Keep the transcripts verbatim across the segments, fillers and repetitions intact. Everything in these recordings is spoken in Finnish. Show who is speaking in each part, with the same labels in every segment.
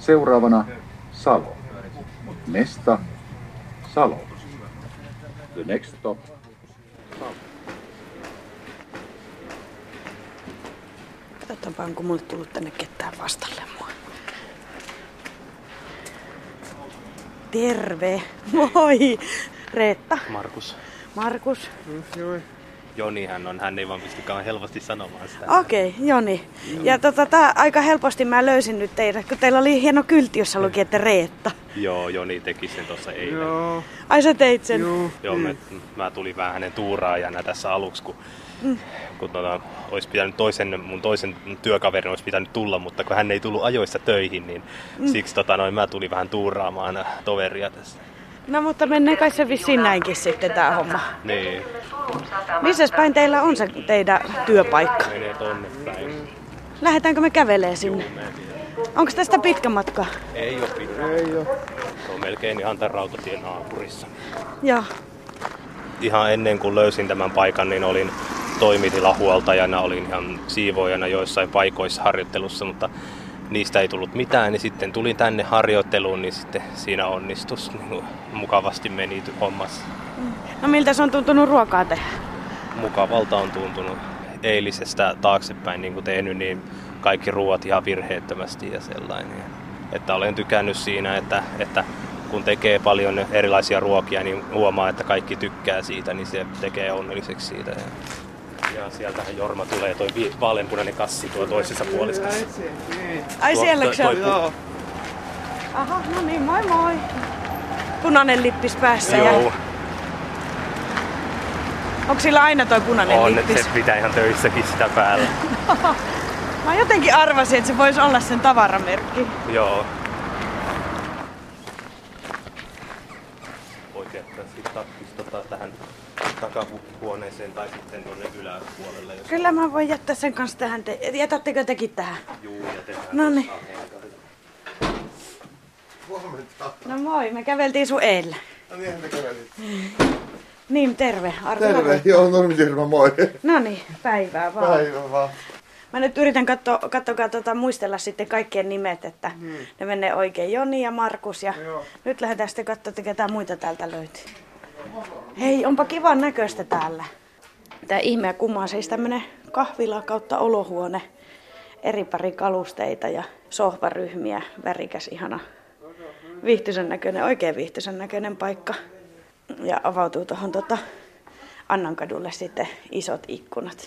Speaker 1: Seuraavana Salo. Mesta, Salo. The next stop, Salo.
Speaker 2: Katsotaanpa, onko mulle tullut tänne ketään vastalle mua. Terve! Moi! Reetta.
Speaker 3: Markus.
Speaker 2: Markus.
Speaker 3: Joo. Joni hän on, hän ei vaan pystykään helposti sanomaan sitä.
Speaker 2: Okei, okay, Joni. Joo. Ja tota, tää, aika helposti mä löysin nyt teidät, kun teillä oli hieno kyltti, jossa luki, että Reetta.
Speaker 3: Joo, Joni teki sen tuossa eilen.
Speaker 4: Joo.
Speaker 2: Ai sä teit sen?
Speaker 4: Joo.
Speaker 3: Joo, mä, mä tulin vähän hänen tuuraajana tässä aluksi, kun, mm. kun tota, olisi pitänyt toisen, mun toisen työkaverin olisi pitänyt tulla, mutta kun hän ei tullut ajoissa töihin, niin mm. siksi tota, noin, mä tulin vähän tuuraamaan toveria tässä.
Speaker 2: No mutta menee kai se vissiin näinkin sitten tää homma.
Speaker 3: Niin.
Speaker 2: Missäs päin teillä on se teidän työpaikka?
Speaker 3: Menee tonne päin.
Speaker 2: Lähdetäänkö me kävelee sinne?
Speaker 3: Juu,
Speaker 2: Onko tästä pitkä matka?
Speaker 3: ei ole pitkä.
Speaker 4: Ei oo.
Speaker 3: Se on melkein ihan tämän rautatien naapurissa.
Speaker 2: Joo.
Speaker 3: Ihan ennen kuin löysin tämän paikan, niin olin toimitilahuoltajana, olin ihan siivoojana joissain paikoissa harjoittelussa, mutta niistä ei tullut mitään, niin sitten tulin tänne harjoitteluun, niin sitten siinä onnistus. Niin mukavasti meni hommassa.
Speaker 2: No miltä se on tuntunut ruokaa tehdä?
Speaker 3: Mukavalta on tuntunut eilisestä taaksepäin niin kuin tehnyt, niin kaikki ruoat ihan virheettömästi ja sellainen. Että olen tykännyt siinä, että, että kun tekee paljon erilaisia ruokia, niin huomaa, että kaikki tykkää siitä, niin se tekee onnelliseksi siitä. Ja sieltähän Jorma tulee, toi vaaleanpunainen kassi tuo toisessa puoliskossa.
Speaker 2: Ai sielläkö se on?
Speaker 3: Joo.
Speaker 2: Aha, no niin, moi moi. Punainen lippis päässä.
Speaker 3: Joo.
Speaker 2: Ja... Onko sillä aina toi punainen
Speaker 3: On,
Speaker 2: lippis?
Speaker 3: se pitää ihan töissäkin sitä päällä.
Speaker 2: Mä jotenkin arvasin, että se voisi olla sen tavaramerkki.
Speaker 3: Joo. Voit jättää sit takkis tota tähän takahuoneeseen tai sitten tuonne yläpuolelle. Jos
Speaker 2: Kyllä mä voin jättää sen kanssa tähän. Te- Jätättekö tekin tähän?
Speaker 3: juu jätetään.
Speaker 2: Noniin.
Speaker 4: Huomenta.
Speaker 2: No moi, me käveltiin sun eellä.
Speaker 4: No niin, me kävelit.
Speaker 2: Niin, terve. Arto
Speaker 4: Terve,
Speaker 2: Marko.
Speaker 4: joo, Normitirma, moi.
Speaker 2: No niin, päivää vaan.
Speaker 4: Päivä vaan.
Speaker 2: Mä nyt yritän katsoa, katsoa, tota, muistella sitten kaikkien nimet, että hmm. ne menee oikein. Joni ja Markus. Ja
Speaker 4: Joo.
Speaker 2: nyt lähdetään sitten katsoa, että ketään muita täältä löytyy. Hei, onpa kivan näköistä täällä. Tää ihme ja kummaa, siis tämmönen kahvila kautta olohuone. Eri pari kalusteita ja sohvaryhmiä. Värikäs, ihana, viihtyisen näköinen, oikein viihtyisen näköinen paikka. Ja avautuu tuohon tota Annankadulle sitten isot ikkunat.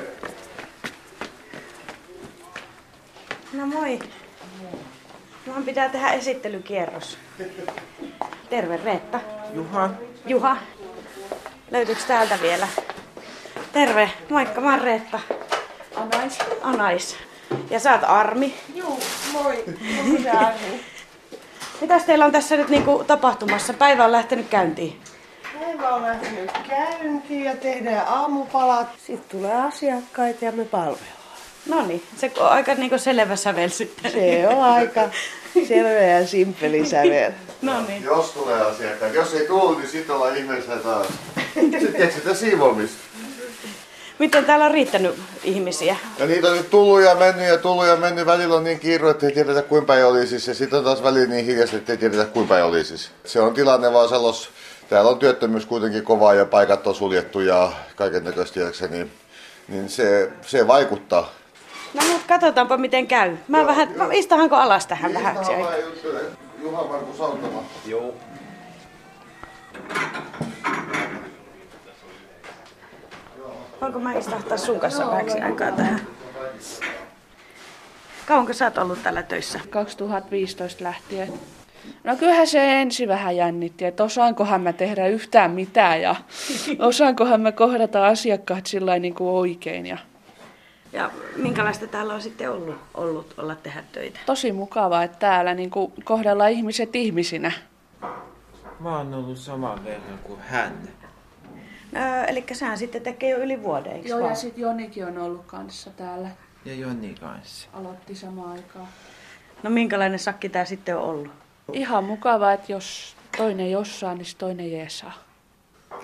Speaker 2: No moi. Minun pitää tehdä esittelykierros. Terve Reetta.
Speaker 4: Juha.
Speaker 2: Juha. Löytyykö täältä vielä? Terve. Moikka, mä oon Reetta.
Speaker 5: Anais.
Speaker 2: Anais. Ja sä oot Armi.
Speaker 5: Juu, moi. Onko se Armi?
Speaker 2: Mitäs teillä on tässä nyt niinku tapahtumassa? Päivä on lähtenyt käyntiin.
Speaker 5: Päivä on lähtenyt käyntiin ja tehdään aamupalat. Sitten tulee asiakkaita ja me palvellaan.
Speaker 2: No niin, se on aika niinku selvä sävel sitten.
Speaker 5: Se on aika selvä ja simppeli sävel.
Speaker 2: No niin.
Speaker 4: Jos tulee asiakkaat. Jos ei tule, niin sitten ollaan ihmeessä taas. Sitten keksitään siivomista.
Speaker 2: Miten täällä on riittänyt ihmisiä?
Speaker 4: Ja niitä on nyt tullut ja mennyt ja tullut ja mennyt. Välillä on niin kiire, että ei tiedetä kuinka päin olisi. Ja sitten on taas välillä niin hiljaista, että ei tiedetä kuinka päin olisi. Se on tilanne vaan sellainen. Täällä on työttömyys kuitenkin kovaa ja paikat on suljettu ja kaiken näköistä, niin, niin se, se vaikuttaa.
Speaker 2: No mut katsotaanpa miten käy. Mä
Speaker 4: Joo,
Speaker 2: vähän,
Speaker 4: joo.
Speaker 2: istahanko alas tähän
Speaker 4: Niin,
Speaker 2: vähäksi
Speaker 4: ihan
Speaker 2: aikaa?
Speaker 4: vähän juttelen. Juha Markus auttamaan.
Speaker 3: Joo.
Speaker 2: Voinko mä istahtaa sun kanssa vähäksi aikaa tähän? Kauanko sä oot ollut täällä töissä?
Speaker 6: kaksituhattaviisitoista lähtien. No kyllähän se ensin vähän jännitti, että osaankohan mä tehdä yhtään mitään ja osaankohan mä kohdata asiakkaat sillä niin kuin oikein. Ja
Speaker 2: Ja minkälaista täällä on sitten ollut, ollut olla tehdä töitä?
Speaker 6: tosi mukavaa, että täällä niin kuin kohdellaan ihmiset ihmisinä.
Speaker 7: Mä oon ollut saman verran kuin hän.
Speaker 2: No, eli sähän sitten tekee jo yli vuoden, eikö
Speaker 6: Joo,
Speaker 2: vaan?
Speaker 6: ja sitten Jonikin on ollut kanssa täällä.
Speaker 7: Ja Jonni kanssa.
Speaker 6: Aloitti samaan aikaan.
Speaker 2: No minkälainen sakki tää sitten on ollut?
Speaker 6: Ihan mukavaa, että jos toinen jossain, niin sit toinen jeesaa.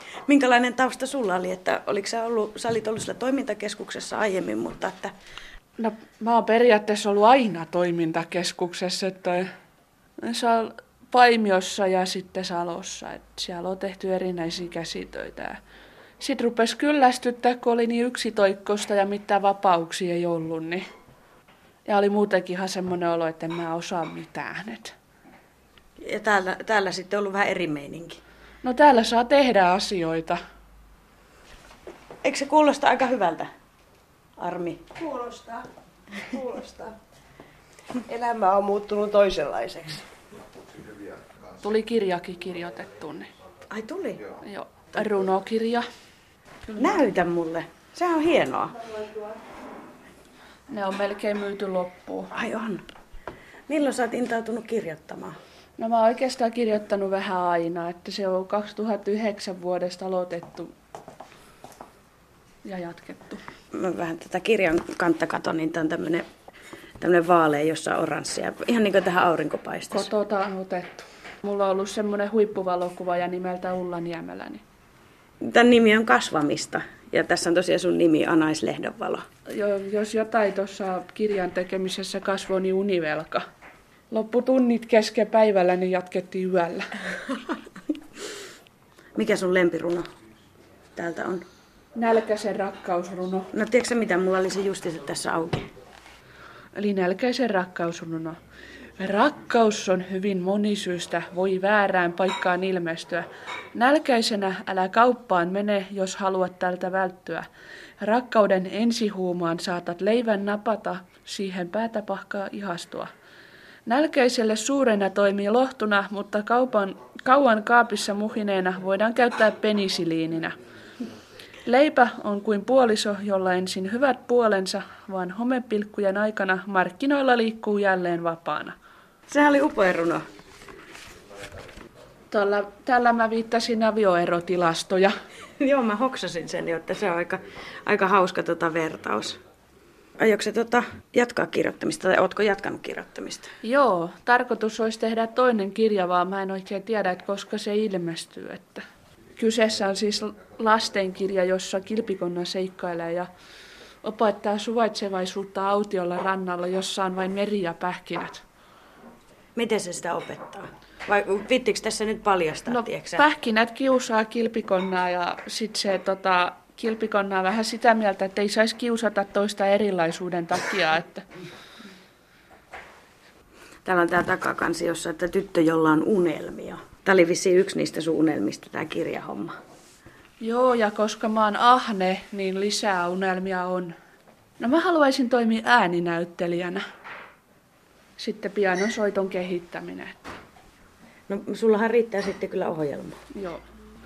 Speaker 2: Minkälainen tausta sulla oli, että oliko sä ollut, sä olit ollut sillä toimintakeskuksessa aiemmin, mutta että
Speaker 6: No mä oon periaatteessa ollut aina toimintakeskuksessa, että Paimiossa ja sitten Salossa. Että siellä on tehty erinäisiä käsitöitä. Sitten rupesi kyllästyttää, kun oli niin yksitoikkoista ja mitään vapauksia ei ollut. Niin. Ja oli muutenkin ihan semmoinen olo, että en mä osaa mitään. Et.
Speaker 2: Ja täällä, täällä sitten on ollut vähän eri meininki.
Speaker 6: No täällä saa tehdä asioita.
Speaker 2: Eikö se kuulosta aika hyvältä, Armi?
Speaker 5: Kuulostaa. Kuulostaa. Elämä on muuttunut toisenlaiseksi.
Speaker 6: Tuli kirjakin kirjoitettu. Niin.
Speaker 2: Ai tuli?
Speaker 6: Joo. Runokirja.
Speaker 2: Näytä mulle. Sehän on hienoa.
Speaker 6: Ne on melkein myyty loppuun.
Speaker 2: Ai on. Milloin sä oot intautunut kirjoittamaan?
Speaker 6: No mä oon oikeastaan kirjoittanut vähän aina, että se on kaksituhattayhdeksän vuodesta aloitettu ja jatkettu.
Speaker 2: Mä vähän tätä kirjan kantta katon, niin tää on tämmönen, tämmönen vaalea, jossa on oranssia. Ihan niin kuin tähän aurinkopaistessa.
Speaker 6: Kotota on otettu. Mulla on ollut semmoinen huippuvalokuvaaja nimeltä Ulla Niemelä. Niin...
Speaker 2: Tän nimi on Kasvamista. Ja tässä on tosiaan sun nimi Anais Lehdonvalo.
Speaker 6: Jo, jos jotain tuossa kirjan tekemisessä kasvoi, niin univelka. Lopputunnit kesken päivällä, niin jatkettiin yöllä.
Speaker 2: Mikä sun lempiruno täältä on?
Speaker 6: Nälkäisen rakkausruno.
Speaker 2: No tiedätkö sä mitä? Mulla oli se justiinsa tässä auki.
Speaker 6: Eli nälkäisen rakkausruno. Rakkaus on hyvin monisyystä, voi väärään paikkaan ilmestyä. Nälkäisenä älä kauppaan mene, jos haluat tältä välttyä. Rakkauden ensihuumaan saatat leivän napata, siihen päätä pahkaa ihastua. Nälkäiselle suurena toimii lohtuna, mutta kaupan, kauan kaapissa muhineena voidaan käyttää penisiliininä. Leipä on kuin puoliso, jolla ensin hyvät puolensa, vaan homepilkkujen aikana markkinoilla liikkuu jälleen vapaana.
Speaker 2: Sehän oli upea runo.
Speaker 6: Tuolla, tällä mä viittasin avioerotilastoja.
Speaker 2: Joo, mä hoksasin sen jo, että se on aika, aika hauska tota vertaus. Aiotko se tota, jatkaa kirjoittamista tai ootko jatkanut kirjoittamista?
Speaker 6: Joo, tarkoitus olisi tehdä toinen kirja, vaan mä en oikein tiedä, että koska se ilmestyy. Että kyseessä on siis lastenkirja, jossa kilpikonna seikkailee ja opettaa suvaitsevaisuutta autiolla rannalla, jossa on vain meri ja pähkinät.
Speaker 2: Miten se sitä opettaa? Vai vittikö tässä nyt paljastaa,
Speaker 6: no,
Speaker 2: tiiäksä?
Speaker 6: Pähkinät kiusaa kilpikonnaa ja sitten se tota, kilpikonna on vähän sitä mieltä, että ei saisi kiusata toista erilaisuuden takia. Että...
Speaker 2: Täällä on tää takakansi, jossa että tyttö, jolla on unelmia. Tämä oli vissiin yksi niistä sun unelmista, tämä kirjahomma.
Speaker 6: Joo, ja koska mä oon ahne, niin lisää unelmia on. No mä haluaisin toimia ääninäyttelijänä. Sitten pianosoiton kehittäminen.
Speaker 2: No sullahan riittää sitten kyllä ohjelma.
Speaker 6: Joo.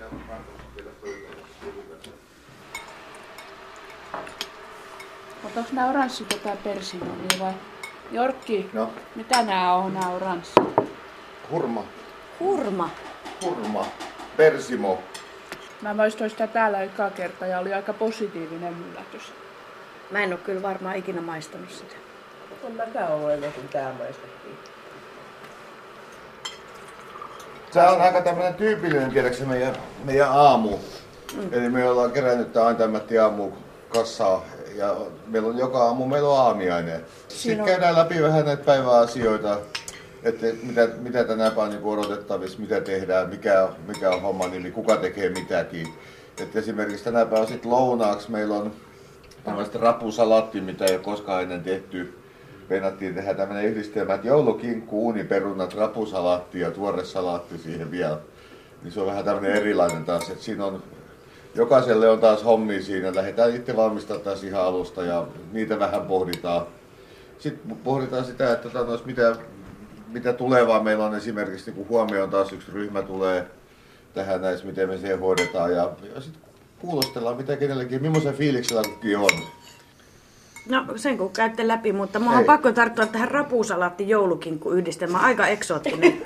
Speaker 6: Otatko nää oranssit jotain persimonia vai? Jorkki,
Speaker 4: no.
Speaker 6: Mitä nää on nää oranssit?
Speaker 4: Hurma.
Speaker 2: Hurma?
Speaker 4: Hurma. Persimo.
Speaker 6: Mä maistoin sitä täällä ekaa kertaa ja oli aika positiivinen yllätys.
Speaker 2: Mä en oo kyllä varmaan ikinä maistanut sitä.
Speaker 5: En mäkään ollut ennen kuin tää maistettiin.
Speaker 4: Se on aika tämmönen tyypillinen, tiedätkö meidän, meidän aamu. Mm. Eli me ollaan kerännyt tää Antaimatti aamu kassaa ja meillä on joka aamu meillä on aamiainen. Sitten on... käydään läpi vähän näitä päiväasioita, että mitä, mitä tänä päivänä niin odotettavissa, mitä tehdään, mikä, mikä on homma nimi, kuka tekee mitäkin. Et esimerkiksi tänä päivänä sit lounaaksi meillä on tämmöistä rapusalaatti, mitä ei ole koskaan ennen tehty. Meinattiin tehdä tämmöinen yhdistelmä, että joulukinkku, uuniperunat, rapusalaatti ja tuore salaatti siihen vielä. Niin se on vähän tämmöinen erilainen taas, että siinä on, jokaiselle on taas hommia siinä. Lähdetään itse valmistamaan taas ihan alusta ja niitä vähän pohditaan. Sitten pohditaan sitä, että tota, mitä, mitä tulevaa meillä on esimerkiksi, niin kun huomioon taas yksi ryhmä tulee tähän näissä, miten me se hoidetaan. Ja, ja sitten kuulostellaan, mitä kenellekin, millaisen fiiliksellä kukin on.
Speaker 2: No sen kun käytte läpi, mutta mua on pakko tarttua tähän rapusalaatti joulukinkku yhdistelmään. Aika eksoottinen.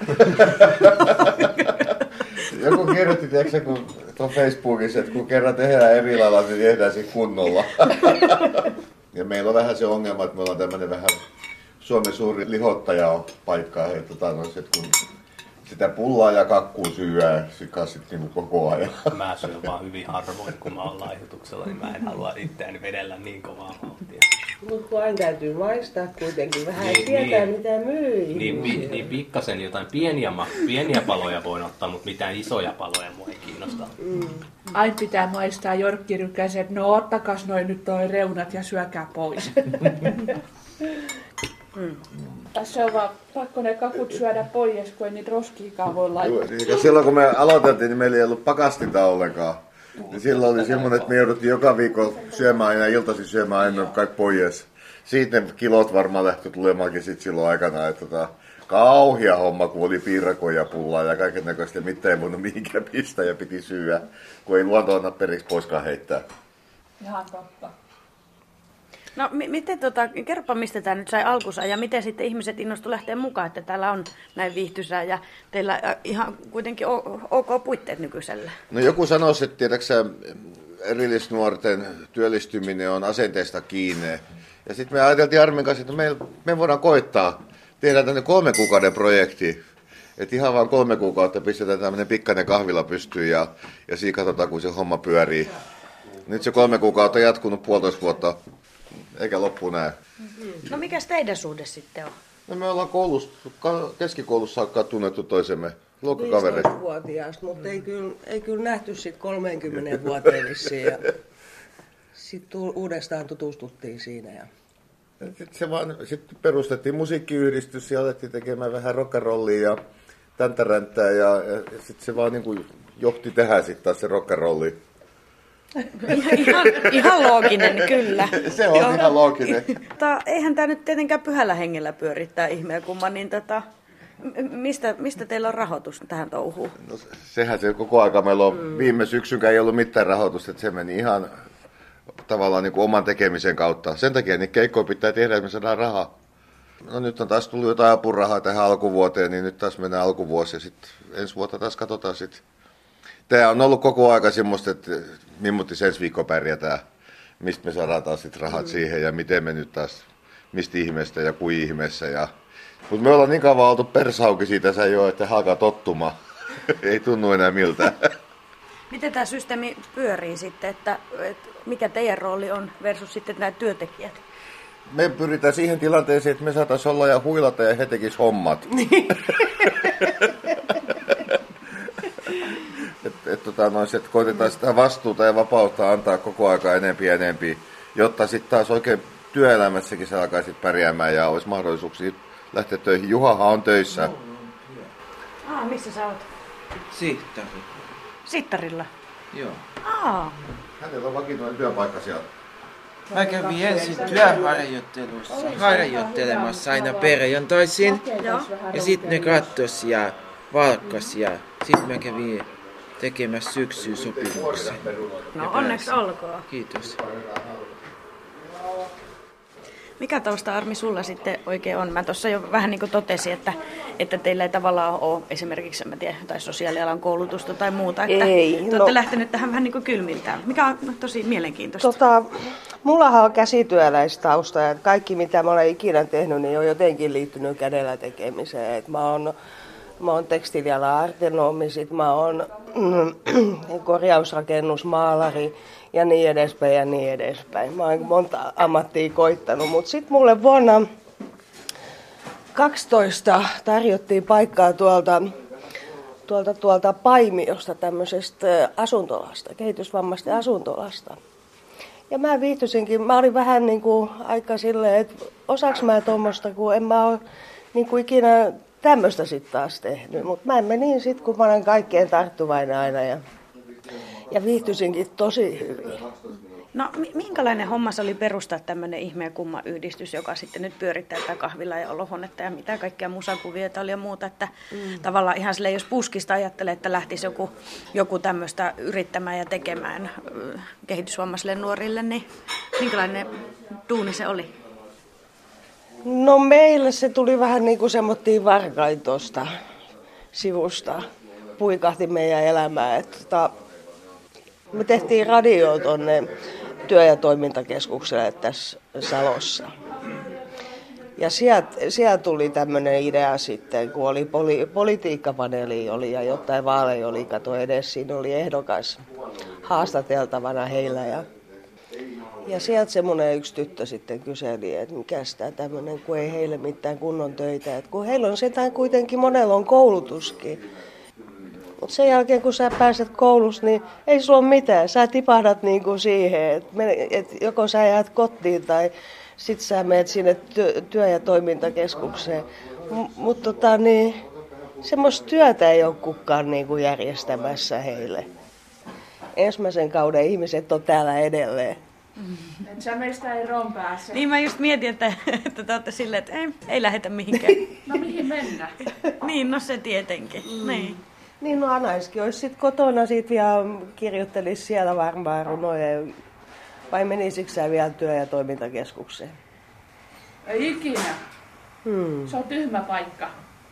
Speaker 4: Joku kirjoitti, tiedätkö kun tuon Facebookissa, että kun kerran tehdään eri lailla, niin tehdään se kunnolla. Ja meillä on vähän se ongelma, että me ollaan tämmöinen vähän Suomen suuri lihottaja paikka. Että, että kun sitä pullaa ja kakkua syödään sit niinku koko ajan.
Speaker 3: Mä syön vaan hyvin harvoin, kun mä oon laihutuksella, niin mä en halua itseäni vedellä niin kovaa vauhtia.
Speaker 5: Mutta kun aina täytyy maistaa kuitenkin vähän,
Speaker 3: Niin,
Speaker 5: tietää
Speaker 3: niin.
Speaker 5: mitä myy.
Speaker 3: Niin, pi, niin pikkasen jotain pieniä, ma- pieniä paloja voin ottaa, mutta mitään isoja paloja mua ei kiinnosta.
Speaker 5: Mm.
Speaker 6: Aina pitää maistaa Jorkki Rykäsen, että no ottakas noin nyt toi reunat ja syökää pois. Mm. Tässä on vaan pakko ne kakut syödä pois, kun ei niitä roskiikaan voi laittaa.
Speaker 4: Ja silloin kun me aloitettiin, niin meillä ei ollut pakastinta ollenkaan. Niin silloin oli semmoinen, että me jouduttiin joka viikko syömään aina, iltaisin syömään aina kaikki pois. Siitä ne kilot varmaan lähti tulemaankin sit silloin aikana. Että tota, kauhia homma, kun oli piirakoja, pullaa ja kaiken näköistä. Mitään ei voinut mihinkään pistää ja piti syödä, kun ei luonto anna periksi poiskaan heittää.
Speaker 6: Ihan totta.
Speaker 2: No m- miten tota, kerropa mistä tämä nyt sai alkunsa ja miten sitten ihmiset innostu lähteä mukaan, että täällä on näin viihtyisää ja teillä äh, ihan kuitenkin o- ok puitteet nykyisellä.
Speaker 4: No joku sanoisi, että tiedäksä, erillisnuorten työllistyminen on asenteesta kiinni. Ja sitten me ajateltiin Armin kanssa, että me, me voidaan koittaa tehdä tänne kolmen kuukauden projekti. Että ihan vaan kolme kuukautta pistetään tämmöinen pikkainen kahvila pystyyn ja, ja siinä katsotaan, kun se homma pyörii. Nyt se kolme kuukautta on jatkunut puolitoista vuotta, eikä loppu näe.
Speaker 2: No mikäs teidän suhde sitten on?
Speaker 4: No me ollaan koulussa, keskikoulussa saakka tunnettu toisemme, luokkakavereita.
Speaker 5: viisitoistavuotiaasta, mutta ei kyllä, ei kyllä nähty sitten kolmekymmentä vuoteen vissiin. Sitten uudestaan tutustuttiin siinä. Ja...
Speaker 4: Sitten se vaan, sit perustettiin musiikkiyhdistys ja alettiin tekemään vähän rockarollia ja täntäränttää ja, ja sitten se vaan niin kuin johti tähän sitten taas se rockarolli.
Speaker 2: Ihan, ihan looginen, kyllä.
Speaker 4: Se on Joo. ihan looginen.
Speaker 2: Ta, eihän tämä nyt tietenkään pyhällä hengellä pyörittää ihmeä kumma, niin tota, mistä, mistä teillä on rahoitus tähän touhuun?
Speaker 4: No, sehän se koko aika meillä on, mm. viime syksynkään ei ollut mitään rahoitusta, että se meni ihan tavallaan niin kuin oman tekemisen kautta. Sen takia niin keikkoja pitää tehdä, että me saadaan rahaa. No nyt on taas tullut jotain apurahaa tähän alkuvuoteen, niin nyt taas mennään alkuvuosi ja sitten ensi vuotta taas katsotaan sitten. Tämä on ollut koko aika semmoista, että mimmoittis ensi viikko pärjätään, mistä me saadaan taas sit rahat mm. siihen ja miten me nyt taas, mistä ihmeestä ja kuin ihmeessä. Ja... Mutta me ollaan niin kauan oltu persauki siitä sä jo, että alkaa tottumaan. Ei tunnu enää miltään.
Speaker 2: Miten tämä systeemi pyörii sitten, että, että mikä teidän rooli on versus sitten nämä työntekijät?
Speaker 4: Me pyritään siihen tilanteeseen, että me saataisiin olla ja huilata ja he tekis hommat. Että et, tota, et koitetaan sitä vastuuta ja vapautta antaa koko aika enempi ja enempi, jotta sitten taas oikein työelämässäkin se alkaisi pärjäämään ja olisi mahdollisuuksia lähteä töihin. Juhahan on töissä.
Speaker 2: Aa, missä sä oot?
Speaker 7: Sihtari.
Speaker 2: Sittarilla?
Speaker 7: Joo.
Speaker 2: Aa.
Speaker 4: Hänellä on vakituinen työpaikka siellä.
Speaker 7: Mä kävin ensin työharjoittelussa, harjoittelemassa aina perjantaisin. Ja sitten ne kattos ja valkkas ja sitten mä kävin tekemässä syksyysopimuksen.
Speaker 2: No onneksi olkoon.
Speaker 7: Kiitos.
Speaker 2: Mikä tausta, Armi, sulla sitten oikein on? Mä tuossa jo vähän niin kuin totesin, että, että teillä ei tavallaan ole esimerkiksi, mä tiedän, tai sosiaalialan koulutusta tai muuta. Että
Speaker 5: ei.
Speaker 2: Te olette no, lähtenyt tähän vähän niin kuin kylmiltään, mikä on tosi mielenkiintoista.
Speaker 5: Tota, mullahan on käsityöläistausta ja kaikki mitä mä olen ikinä tehnyt, niin on jotenkin liittynyt kädellä tekemiseen. Et mä oon Mä oon tekstiilialan artenomi, sit mä oon mm, korjausrakennusmaalari ja niin edespäin ja niin edespäin. Mä oon monta ammattia koittanut, mutta sit mulle vuonna kaksitoista tarjottiin paikkaa tuolta, tuolta, tuolta Paimiosta, tämmöisestä asuntolasta, kehitysvammaisten asuntolasta. Ja mä viihtyisinkin, mä olin vähän niin kuin aika silleen, että osaks mä tommoista, kun en mä oo niin kuin ikinä tämmöistä sitten taas tehnyt, mutta mä en menin sitten, kun mä olen kaikkeen tarttuvainen aina ja, ja viihtyisinkin tosi hyvin.
Speaker 2: No minkälainen homma se oli perustaa tämmöinen ihme ja kumma yhdistys, joka sitten nyt pyörittää tätä kahvilaa ja olohuonetta ja mitä kaikkea musakuvioita oli ja muuta, että mm. tavallaan ihan silleen, jos puskista ajattelee, että lähtisi joku, joku tämmöistä yrittämään ja tekemään kehitysvammaisille nuorille, niin minkälainen duuni se oli?
Speaker 5: No meille se tuli vähän niin kuin semmoittiin varkain tuosta sivusta, puikahti meidän elämää. Että tota, me tehtiin radio tuonne työ- ja toimintakeskukselle tässä Salossa. Ja sieltä sielt tuli tämmöinen idea sitten, kun oli poli, politiikkapaneeli oli ja jotain vaaleja oli, kato edes, siinä oli ehdokas haastateltavana heillä. Ja, ja sieltä semmoinen yksi tyttö sitten kyseli, että mikä sitä tämmöinen, kun ei heille mitään kunnon töitä. Et kun heillä on setään kuitenkin, monella on koulutuskin. Mutta sen jälkeen, kun sä pääset koulussa, niin ei sulla ole mitään. Sä tipahdat niinku siihen, että et joko sä jäät kotiin tai sitten sä menet sinne työ, työ- ja toimintakeskukseen. M- Mutta tota, niin, semmoista työtä ei ole kukaan niinku järjestämässä heille. Ensimmäisen kauden ihmiset on täällä edelleen.
Speaker 6: Et sä meistä eroon pääse.
Speaker 2: Niin mä just mietin, että, että te olette silleen, että ei, ei lähetä mihinkään.
Speaker 6: No mihin mennä?
Speaker 2: Niin, no se tietenkin. Mm. Niin.
Speaker 5: Niin no Anaiskin olisi sitten kotona sit vielä kirjoittelisi siellä varmaan runoja. Vai menisikö sä vielä työ- ja toimintakeskukseen?
Speaker 6: Ei ikinä.
Speaker 5: Hmm.
Speaker 6: Se on tyhmä paikka.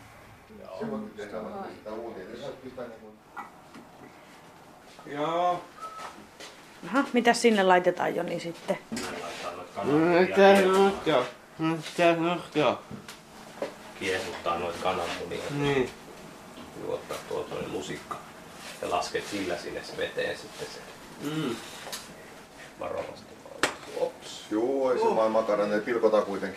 Speaker 7: Joo.
Speaker 2: Aha, mitäs sinne laitetaan Joni sitten?
Speaker 7: Mitä nurkkaa? Mitä nurkkaa?
Speaker 3: Kiehuttaa noita kananmunia.
Speaker 7: Niin.
Speaker 3: Juottaa tuolta toinen lusikka. Ja lasket sillä sinne veteen sitten se.
Speaker 7: Mm.
Speaker 3: Varovasti.
Speaker 4: Ops, juu, ei se vaan makara, ne pilkotaan kuitenkin.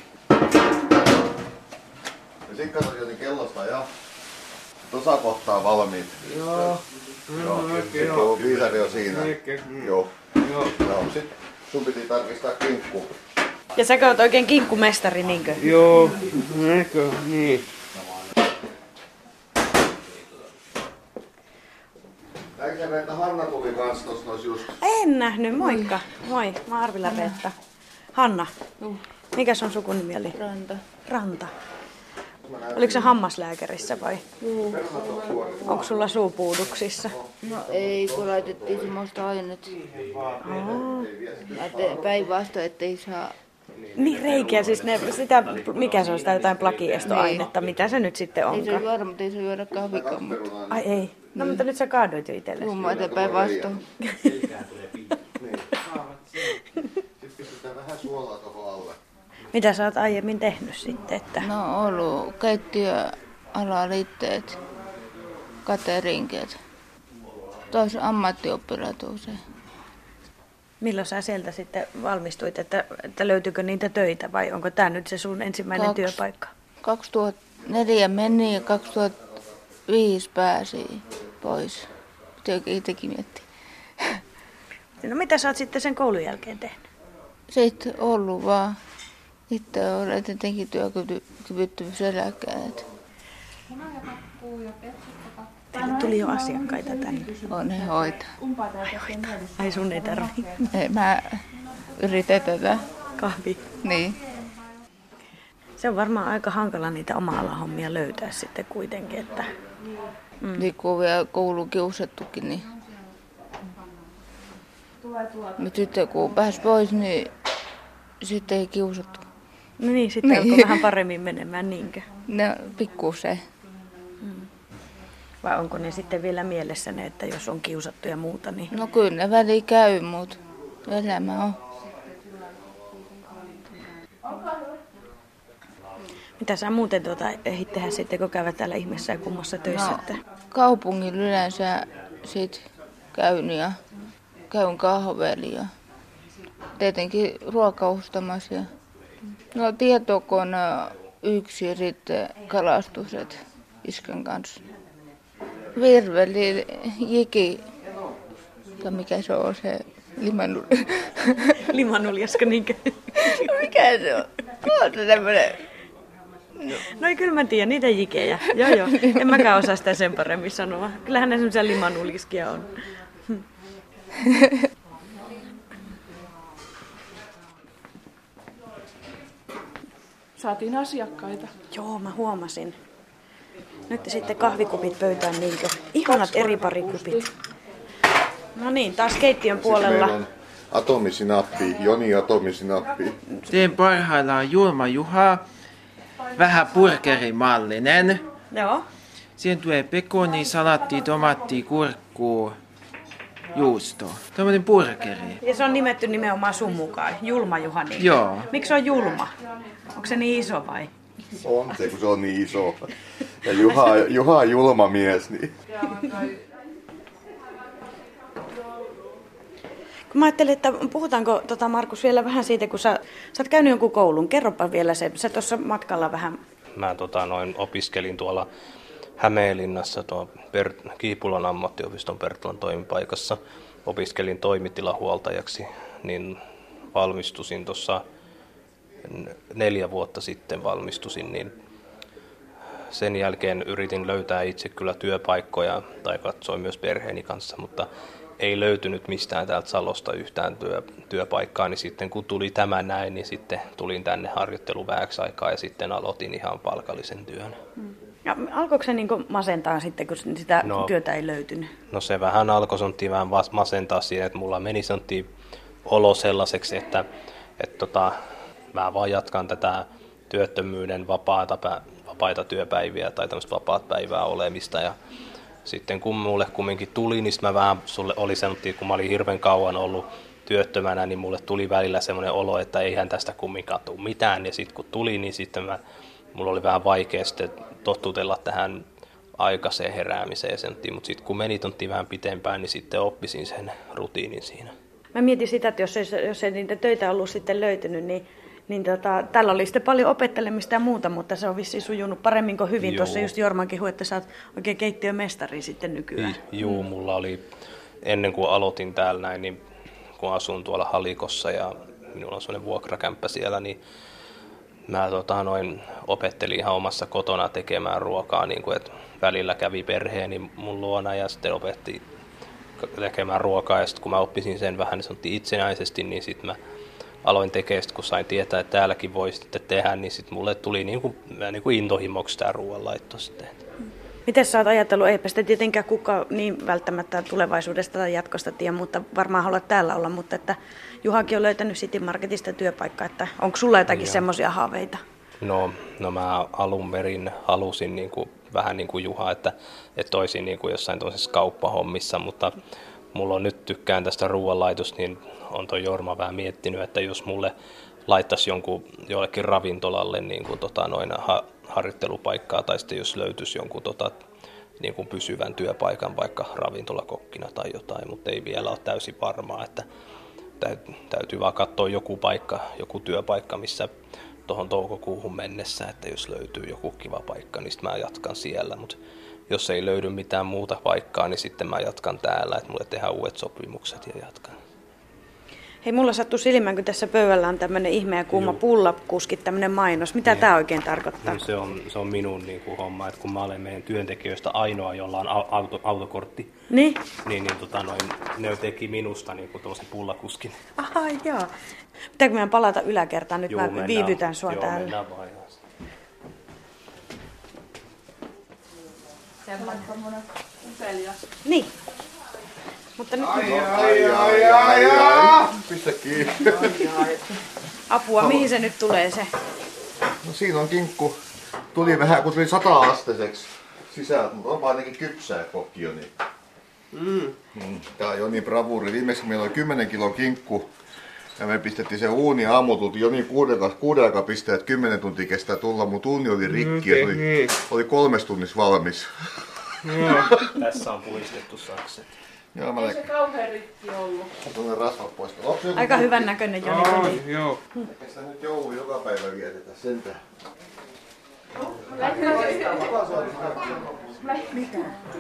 Speaker 4: Ja sit katsot jotenkin kellosta ja tuossa kohtaa valmiit.
Speaker 7: Joo.
Speaker 4: Joo, sitten on viisari jo siinä. Joo.
Speaker 7: Joo.
Speaker 4: No, sit sun piti tarkistaa kinkku.
Speaker 2: Ja sä oot oikein kinkkumestari, niinkö?
Speaker 7: Joo. Näkö, niin.
Speaker 4: Näinkö se, että Hanna tuli kans tossa nois just?
Speaker 2: En nähnyt, moikka. Moi, mä oon Arvila Reetta. Hanna, mikä sun sukunimi oli?
Speaker 8: Ranta.
Speaker 2: Ranta. Oliko se hammaslääkärissä vai?
Speaker 8: Juu.
Speaker 2: Onko sulla suupuuduksissa?
Speaker 8: No ei, kun laitettiin semmoista ainetta. Päinvastoin, ettei saa.
Speaker 2: Niin reikiä, siis ne, sitä, mikä se on sitä jotain plakiestoainetta, mitä se nyt sitten
Speaker 8: Ei se
Speaker 2: onkaan?
Speaker 8: juoda, mutta ei se juoda kahvikaan. Mutta
Speaker 2: Ai ei. No mutta nyt sä kaadoit jo itsellesi.
Speaker 8: juu, mä otan päinvastoin.
Speaker 4: Sitten pistetään vähän suolaa tohon alle.
Speaker 2: Mitä sä oot aiemmin tehnyt sitten? Että...
Speaker 8: No on ollut keittiöalaliitteet, katerinkeet. Tois ammattioppilaat usein.
Speaker 2: Milloin sä sieltä sitten valmistuit, että, että löytyykö niitä töitä vai onko tämä nyt se sun ensimmäinen
Speaker 8: Kaksi.
Speaker 2: työpaikka?
Speaker 8: kaksituhattaneljä meni ja kaksituhattaviisi pääsi pois. Pitääkö itsekin miettiä.
Speaker 2: No mitä sä oot sitten sen koulun jälkeen tehnyt?
Speaker 8: Sitten ollut vaan. Itse olen tietenkin työkyvyttömyyseläkkeet.
Speaker 2: Teille tuli jo asiakkaita tänne.
Speaker 8: On ne hoitaa.
Speaker 2: Ai sun ei tarvii.
Speaker 8: Ei, mä yritän tätä.
Speaker 2: Kahvi.
Speaker 8: Niin.
Speaker 2: Se on varmaan aika hankala niitä oma-alahommia löytää sitten kuitenkin. Että...
Speaker 8: Mm. Niin kun on vielä koulu kiusattukin, niin... Mutta sitten kun pääsi pois, niin sitten ei kiusattu.
Speaker 2: No niin, sitten niin. Alkoi vähän paremmin menemään, niinkö?
Speaker 8: No, pikkusen.
Speaker 2: Mm. Vai onko ne sitten vielä mielessä ne, että jos on kiusattu ja muuta, niin...
Speaker 8: No kyllä ne väliin käy, mutta elämä on.
Speaker 2: Mitä sä muuten tuota ehdit tehdä sitten, kun käyvät täällä ihmeessä ja kummassa töissä?
Speaker 8: No,
Speaker 2: että...
Speaker 8: kaupungin yleensä sit käyn ja käyn kahveli ja tietenkin ruokaustamassa. Ja... No tietokone yksi sitten kalastukset iskän kanssa. Virveli, jiki, tai mikä se on se limanul...
Speaker 2: Limanuljaska niinkö?
Speaker 8: Mikä se on? On se tämmönen...
Speaker 2: No, no ei, kyllä mä tiedän, niitä jikejä. Joo joo, en mäkään osaa sitä sen paremmin sanoa. Kyllähän ne semmoisia limanulskia on.
Speaker 6: Saatiin asiakkaita.
Speaker 2: Joo, mä huomasin. Nyt sitten kahvikupit pöytään, niinkö? Ihanat eri parikupit. No niin, taas keittiön puolella.
Speaker 4: Meillä on atomisinappi, Joni atomisinappi.
Speaker 7: Teen parhaillaan Julma Juha. Vähän burgerimallinen.
Speaker 2: Joo.
Speaker 7: Siihen tulee pekoni, salatti, tomatti, kurkku juustoa. Tämmöinen burgeri.
Speaker 2: Ja se on nimetty nimenomaan sun mukaan, Julma Juha niin.
Speaker 7: Joo.
Speaker 2: Miksi se on Julma? Onko se niin iso vai?
Speaker 4: On se, kun se on niin iso. Ja Juha, Juha on julma mies. Niin.
Speaker 2: Mä ajattelin, että puhutaanko tota Markus vielä vähän siitä, kun sä, sä oot käynyt jonkun koulun. Kerropa vielä se. Sä tuossa matkalla vähän.
Speaker 3: Mä tota, noin, opiskelin tuolla Hämeenlinnassa tuo Per- Kiipulan ammattiopiston Perttulan toimipaikassa. Opiskelin toimitilahuoltajaksi, niin valmistusin tuossa neljä vuotta sitten valmistusin, niin sen jälkeen yritin löytää itse kyllä työpaikkoja tai katsoin myös perheeni kanssa, mutta ei löytynyt mistään täältä Salosta yhtään työ, työpaikkaa, niin sitten kun tuli tämä näin, niin sitten tulin tänne harjoitteluväeksi aikaa ja sitten aloitin ihan palkallisen työn.
Speaker 2: Ja alkoiko se niin masentaa sitten, kun sitä
Speaker 3: no,
Speaker 2: työtä ei löytynyt?
Speaker 3: No se vähän alkoi sanottiin vähän masentaa siihen, että mulla meni sanottiin olo sellaiseksi, että, että tota, mä vaan jatkan tätä työttömyyden vapaata, vapaita työpäiviä tai tämmöistä vapaat päivää olemista. Ja sitten kun mulle kumminkin tuli, niin mä vähän, sulle oli sanottiin, kun mä olin hirveän kauan ollut työttömänä, niin mulle tuli välillä semmoinen olo, että eihän tästä kumminkaan tule mitään. Ja sitten kun tuli, niin sitten mä, mulla oli vähän vaikea sitten tottutella tähän aikaiseen heräämiseen, mutta sitten kun meni tontti vähän pitempään, niin sitten oppisin sen rutiinin siinä.
Speaker 2: Mä mietin sitä, että jos ei, jos ei niitä töitä ollut sitten löytynyt, niin, niin tota, täällä oli sitten paljon opettelemista ja muuta, mutta se on vissiin sujunut paremmin kuin hyvin. Tuossa just Jorman kehui, että sä oot oikein keittiömestari sitten nykyään.
Speaker 3: Joo, mulla oli ennen kuin aloitin täällä näin, niin kun asun tuolla Halikossa ja minulla on sellainen vuokrakämppä siellä, niin mä tota, noin, opettelin ihan omassa kotona tekemään ruokaa, niin kuin, että välillä kävi perheeni mun luona ja sitten opetti tekemään ruokaa. Ja sitten kun mä oppisin sen vähän niin itsenäisesti, niin sitten mä aloin tekemään, kun sain tietää, että täälläkin voi sitten tehdä, niin sitten mulle tuli niin kuin, niin kuin intohimoksi tämä ruoanlaitto sitten.
Speaker 2: Miten sä oot ajatellut, eipä sitä tietenkään kukaan niin välttämättä tulevaisuudesta tai jatkosta tiedä, mutta varmaan haluat täällä olla, mutta että Juhakin on löytänyt City Marketista työpaikkaa, että onko sulla jotakin semmoisia haaveita?
Speaker 3: No, no mä alun perin halusin niin kuin, vähän niin kuin Juha, että, että olisin niin kuin jossain toisessa kauppahommissa, mutta mulla on nyt tykkään tästä ruoanlaitosta, niin on toi Jorma vähän miettinyt, että jos mulle laittaisi jonkun jollekin ravintolalle niin kuin, tota, noin, ha, harjoittelupaikkaa tai sitten jos löytyisi jonkun tota, niin kuin pysyvän työpaikan vaikka ravintolakokkina tai jotain, mutta ei vielä ole täysin varmaa, että täytyy vaan katsoa joku paikka, joku työpaikka, missä tuohon toukokuuhun mennessä, että jos löytyy joku kiva paikka, niin sitten mä jatkan siellä, mutta jos ei löydy mitään muuta paikkaa, niin sitten mä jatkan täällä, että mulle tehdään uudet sopimukset ja jatkan.
Speaker 2: Hei, mulla sattui silmään, kun tässä pöydällä on tämmöinen ihme ja kuuma pullakuski, tämmöinen mainos. Mitä niin. Tämä oikein tarkoittaa?
Speaker 3: No, se, on, se on minun niin kuin, homma, että kun mä olen meidän työntekijöistä ainoa, jolla on auto, autokortti,
Speaker 2: niin,
Speaker 3: niin, niin tota, noin, ne teki minusta niin kuin tuollaisen pullakuskin.
Speaker 2: Aha, joo. Pitääkö meidän palata yläkertaan? Nyt
Speaker 3: Joo,
Speaker 2: mä
Speaker 3: mennään,
Speaker 2: viivytän sua
Speaker 3: joo,
Speaker 2: täällä.
Speaker 3: Mennään vaan ihan.
Speaker 2: Niin. Mutta nyt...
Speaker 4: Ai, ai, ai, ai, ai. Pistä kiinni.
Speaker 2: Apua, mihin se nyt tulee se?
Speaker 4: No siinä on kinkku. Tuli vähän, kun tuli sata-asteiseksi sisään, mutta onpa ainakin kypsää kokki jo. Niin. Mm. Mm. Tää on jo niin bravuuri. Viimeksi meillä oli kymmenen kilon kinkku. Ja me pistettiin se uuni aamu, tultiin jo niin kuuden, kuuden aikaa pistää, että kymmenen tuntia kestää tulla, mutta uuni oli rikki ja oli, oli kolmes tunnissa valmis.
Speaker 3: Tässä on puistettu sakset.
Speaker 4: Joo, mä
Speaker 6: Ei se kauhean rikki ollut.
Speaker 4: tunnen rasvat pois.
Speaker 2: Aika hyvän näköinen Joni tuli.
Speaker 7: Joo.
Speaker 4: Eikä sitä nyt joulu joka päivä vietetä sentään.
Speaker 2: Mitä?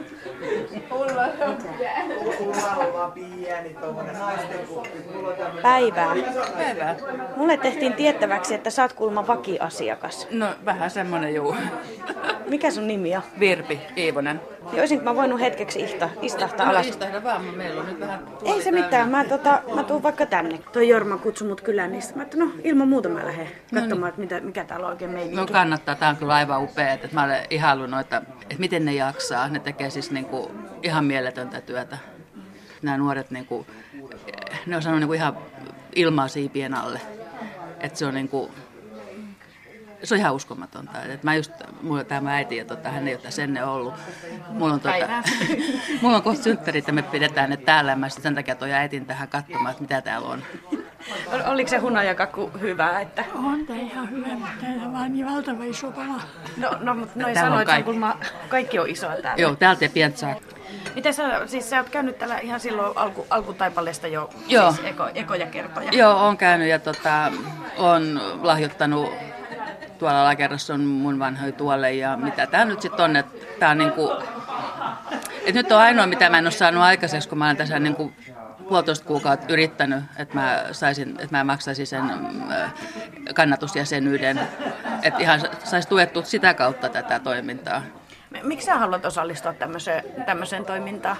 Speaker 2: Päivää.
Speaker 9: Päivää.
Speaker 2: Mulle tehtiin tiettäväksi, että sä oot kuulemma vakiasiakas.
Speaker 9: No vähän semmonen juu.
Speaker 2: Mikä sun nimi on?
Speaker 9: Virpi Iivonen.
Speaker 2: Ja olisinko mä voinut hetkeksi ihta, istahtaa
Speaker 9: No
Speaker 2: alas?
Speaker 9: istahda vaan, meillä on nyt vähän
Speaker 2: Ei se mitään, mä, tota, mä tuun vaikka tänne. Toi Jorma kutsui mut kylään, niin mä että no ilman muuta mä lähden katsomaan, että mitä, mikä täällä on oikein meininki.
Speaker 9: No kannattaa, tää on kyllä aivan upea, että mä olen ihaillut noita, että miten ne jaksaa. Ne tekee siis niinku ihan mieletöntä työtä. Nämä nuoret niinku, ne on sanonut niinku ihan ilmaa siipien alle. Että se on niinku, se on ihan uskomatonta. Et mä just, mulla on tämä äiti, ja tota, hän ei ole tässä ennen ollut. Mulla on, tota, mulla on kohta synttärit, että me pidetään ne täällä. Mä sen takia toi äitin tähän katsomaan, että mitä täällä on.
Speaker 2: Oliko se hunajakakku hyvä? Että...
Speaker 10: On tämä ihan hyvä, mutta täällä on vaan niin valtava iso pala.
Speaker 2: No, no mutta noin sanoit, kaikki. Kun mä, kaikki on isoa täällä.
Speaker 9: Joo, täältä ja pientä saa.
Speaker 2: Miten sä, siis sä oot käynyt täällä ihan silloin alku, alkutaipaleesta jo
Speaker 9: Joo.
Speaker 2: Siis eko, ekoja kertoja?
Speaker 9: Joo, oon käynyt ja tota, on lahjoittanut tuolla alakerrassa on mun vanhoja tuolle ja mitä tää nyt sitten on, että tää on niinku, että nyt on ainoa mitä mä en ole saanut aikaiseksi, kun mä olen tässä niinku puolitoista kuukautta yrittänyt, että mä saisin, että mä maksaisin sen kannatusjäsenyyden, että ihan saisi tuettua sitä kautta tätä toimintaa.
Speaker 2: Miksi sä haluat osallistua tämmöiseen, tämmöiseen toimintaan?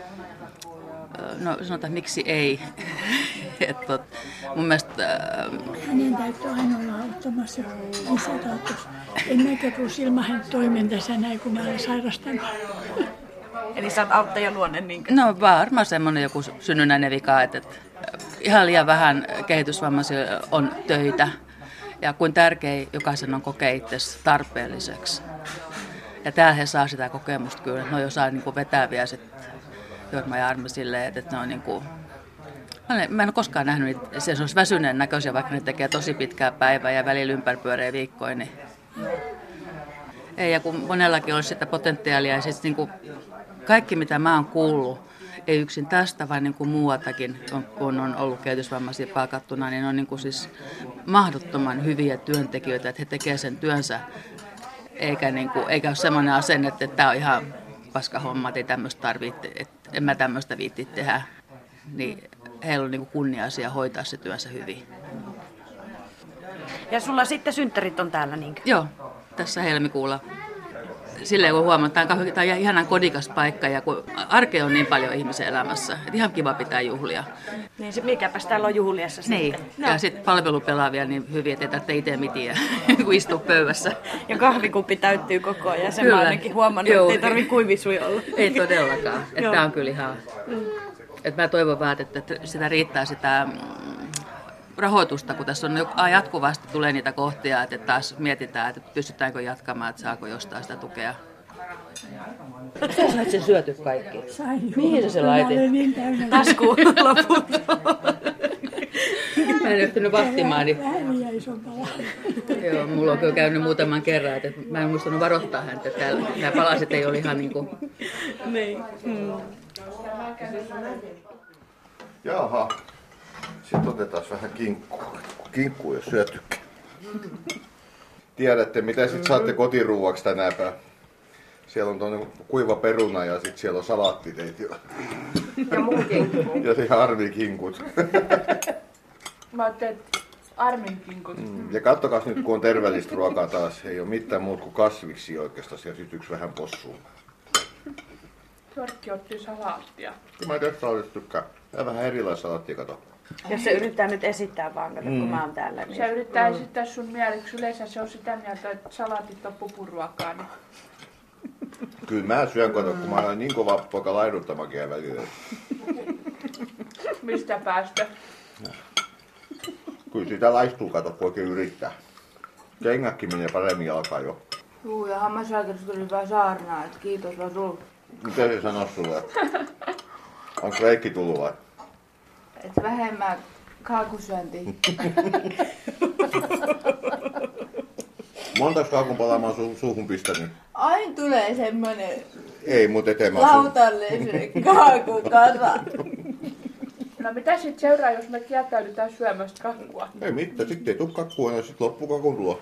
Speaker 9: No sanotaan, miksi ei. Et, mun mielestä... Äh...
Speaker 10: Hänen täytyy aina olla auttamassa lisätautus. En mäkään plus ilman hän toimintansa näin, kun mä olen sairastanut.
Speaker 2: Eli sä oot auttajaluonne? Niin
Speaker 9: no varmaan semmoinen joku synnynnäinen vika, että, että ihan liian vähän kehitysvammaisilla on töitä. Ja kuin tärkeä jokaisen on kokea itsesi tarpeelliseksi. Ja täällä he saa sitä kokemusta kyllä, että ne osaa niin kuin vetää vielä sitten Jorma ja Armi silleen, että ne on niin kuin... Mä en ole koskaan nähnyt niitä, se olisi väsyneen näköisiä, vaikka ne tekee tosi pitkää päivää ja välillä ympäripyöreä viikkoja. Niin... Ei, ja kun monellakin olisi sitä potentiaalia, ja siis niin kuin kaikki mitä mä oon kuullut, ei yksin tästä, vaan niin kuin muualtakin, kun on ollut kehitysvammaisia palkattuna, niin on niin kuin siis mahdottoman hyviä työntekijöitä, että he tekevät sen työnsä. Eikä, niin kuin, eikä ole semmoinen asenne, että tämä on ihan paska homma, että ei tämmöistä tarvitse, että en mä tämmöistä viitti tehdä. Niin heillä on niin kuin kunnia-asia hoitaa se työnsä hyvin.
Speaker 2: Ja sulla sitten synttärit on täällä niinkö?
Speaker 9: Joo, tässä helmikuulla. Silleen kun huomataan, että tämä on ihanan kodikas paikka ja kun arkea on niin paljon ihmisen elämässä, että ihan kiva pitää juhlia.
Speaker 2: Niin se mikäpäs täällä on juhliassa
Speaker 9: niin.
Speaker 2: sitten.
Speaker 9: No. Ja sitten palvelu pelaa vielä niin hyvin, että ei tarvitse itse mitään, kun istuu pöydässä.
Speaker 2: Ja kahvikuppi täyttyy koko ajan. Sen mä ainakin huomannut, että ei tarvitse kuivisuja olla.
Speaker 9: Ei todellakaan. Että tämä on kyllä ihan... Mm. Että mä toivon vaan, että sitä riittää sitä rahoitusta, kun tässä on jatkuvasti tulee niitä kohtia, että taas mietitään, että pystytäänkö jatkamaan, että saako jostain sitä tukea. Sä sait sen syöty kaikki.
Speaker 10: Sain.
Speaker 9: Mihin sä se laitit?
Speaker 10: Niin täynnä.
Speaker 2: Taskuun loput.
Speaker 9: Mä en yhtynyt vahtimaan. Niin...
Speaker 10: Vähän liian ison pala.
Speaker 9: Joo, mulla on kyllä käynyt muutaman kerran, että mä en muistanut varoittaa häntä, että nämä palaset ei ole ihan niin kuin...
Speaker 2: Niin. Hmm.
Speaker 4: Jaha. Sitten otetaan vähän kinkkua. Kinkkua jos syötykään. Tiedätte, mitä sitten saatte kotiruuaksi tänäpä. Siellä on tuonne kuiva peruna ja sitten siellä on salaattiteet jo.
Speaker 6: Ja muu kinkku.
Speaker 4: Ja se Armin kinkut.
Speaker 6: Mä ajattelin, että Armin kinkut.
Speaker 4: Mm. Ja kattokas nyt, kun on terveellistä ruokaa taas. Ei ole mitään muuta kuin kasviksi oikeastaan. Ja sitten yksi vähän possua.
Speaker 6: Jorkki otti salaattia.
Speaker 4: Mä en tästä salaatista tykkää. Tää vähän erilaista salaattia, kato.
Speaker 2: Jos se yrittää nyt esittää vaan, kato, mm. kun mä oon täällä. Niin...
Speaker 6: Se yrittää mm. esittää sun mieleksi. Yleensä se on sitä mieltä, että salaatit on pupuruokaa. Niin...
Speaker 4: Kyllä mä syön, kato, kun mä olen niin kova poika laiduttamakin välillä.
Speaker 6: Mistä päästä?
Speaker 4: Kyllä sitä laistuu, kato, kun oikein yrittää. Kengätkin menee paremmin jalkaan jo.
Speaker 8: Juu, ja hammaslääkäristä tuli hyvää saarnaa, että kiitos vaan sulle.
Speaker 4: Mitä se sanoo sulle? Onko leikki tullut vai?
Speaker 8: Et vähemmän kaakusyöntiä.
Speaker 4: Montas kaakun mä oon su- suuhun pistänyt?
Speaker 8: Aina tulee semmonen
Speaker 4: Ei, mut eteen mä
Speaker 8: lautallinen kaakukasa.
Speaker 6: No mitä sit seuraa, jos me kieltäydytään syömästä kakkua?
Speaker 4: Ei mitään, sitten ei tuu kakkua ja sit loppuu kakun tulo.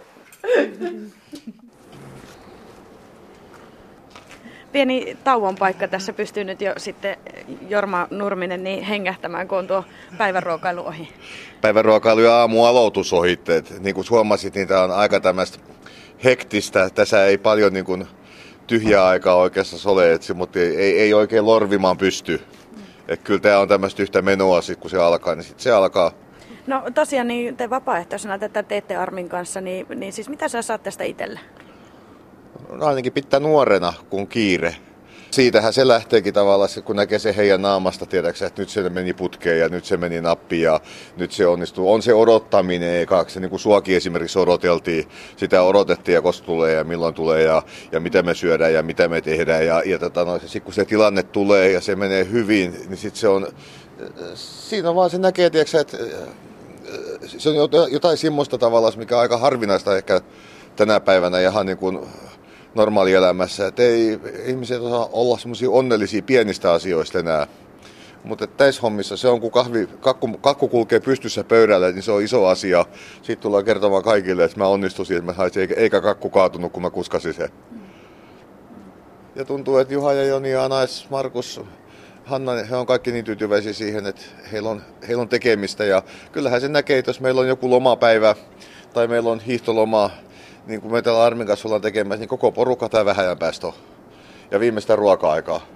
Speaker 2: Pieni tauon paikka tässä pystyy nyt jo sitten Jorma Nurminen niin hengähtämään, kun on tuo päiväruokailu ohi.
Speaker 4: Päiväruokailu ja aamualoitus ohitteet. Niin kuin huomasit, niin tämä on aika tämmöistä hektistä. Tässä ei paljon niin kuin tyhjää aikaa oikeastaan ole, mutta ei, ei oikein lorvimaan pysty. Et kyllä tämä on tämmöistä yhtä menoa, sit, kun se alkaa, niin sitten se alkaa.
Speaker 2: No tosiaan, niin te vapaaehtoisena tätä teette Armin kanssa, niin, niin siis mitä sä saat tästä itselle?
Speaker 4: No ainakin pitää nuorena, kun kiire. siitähän se lähteekin tavallaan, kun näkee se heidän naamasta, tiedäksä, että nyt se meni putkeen ja nyt se meni nappiin ja nyt se onnistuu. On se odottaminen ekaksi, se niin kuin suakin esimerkiksi odoteltiin, sitä odotettiin ja koska tulee ja milloin tulee ja, ja mitä me syödään ja mitä me tehdään. Ja, ja tota, no, sitten kun se tilanne tulee ja se menee hyvin, niin sitten se on, siinä on vaan se näkee, tiedäksä, että se on jotain semmoista tavallaan, mikä on aika harvinaista ehkä tänä päivänä ihan niin kuin normaalielämässä, että ei ihmiset osaa olla semmoisia onnellisia pienistä asioista enää. Mutta tässä hommissa se on, kun kahvi, kakku, kakku kulkee pystyssä pöydällä, niin se on iso asia. Sitten tullaan kertomaan kaikille, että mä onnistuisin, että mä saisin, eikä, eikä kakku kaatunut, kun mä kuskasin sen. Ja tuntuu, että Juha ja Joni ja Anais, Markus, Hanna, he on kaikki niin tyytyväisiä siihen, että heillä on, heillä on tekemistä. Ja kyllähän se näkee, että jos meillä on joku lomapäivä tai meillä on hiihtoloma, niin kuin me täällä Armin kanssa ollaan tekemässä, niin koko porukka tai vähän ajan päästä on. Ja viimeistä ruoka-aikaa.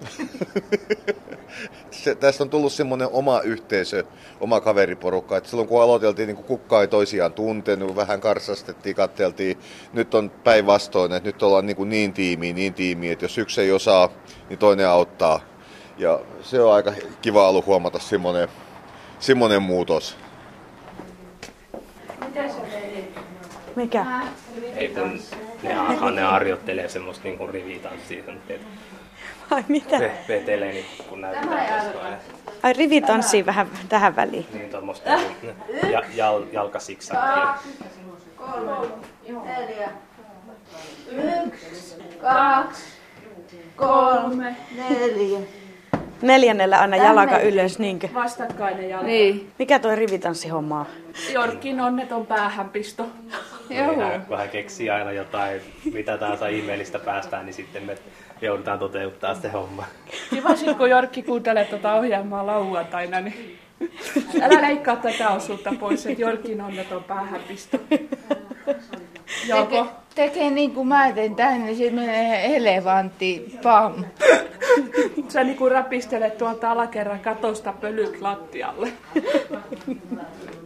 Speaker 4: Se, tästä on tullut semmoinen oma yhteisö, oma kaveriporukka. Että silloin kun aloiteltiin, niin kukaan ei toisiaan tuntenut, vähän karsastettiin, katteltiin. Nyt on päinvastoin, että nyt ollaan niin, niin tiimiä, niin tiimiä, että jos yksi ei osaa, niin toinen auttaa. Ja se on aika kiva ollut huomata semmoinen, semmoinen muutos.
Speaker 2: Mikä?
Speaker 3: Ei kun ne, ne harjoittelee semmoista niinku rivitanssia.
Speaker 2: Ai mitä?
Speaker 3: Pe- petelee niin kun näytetään toinen.
Speaker 2: Ai rivitanssii vähän tähän väliin.
Speaker 3: Niin tuommoista ja, jal, jalkasiksakkia.
Speaker 11: Kolme, neljä, yksi, kaksi, kolme, neljä.
Speaker 2: Neljännellä aina jalka ylös, niinkö?
Speaker 6: Vastakkainen jalka.
Speaker 2: Niin. Mikä toi rivitanssihomma on?
Speaker 6: Jorkin onneton päähänpisto.
Speaker 3: Hän, kun hän keksii aina jotain, mitä tahansa ihmeellistä päästään, niin sitten me joudutaan toteuttaa se homma.
Speaker 6: Kiva sit, kun Jorkki kuuntelee tuota ohjelmaa lauantaina, niin älä leikkaa tätä osuutta pois, että Jorkin onneton päähänpisto.
Speaker 8: Teke, tekee niin kuin mä teen tänne, niin sitten menee elevantti, pam.
Speaker 6: Sä niinku rapistelet tuolta alakerran katosta pölyt lattialle.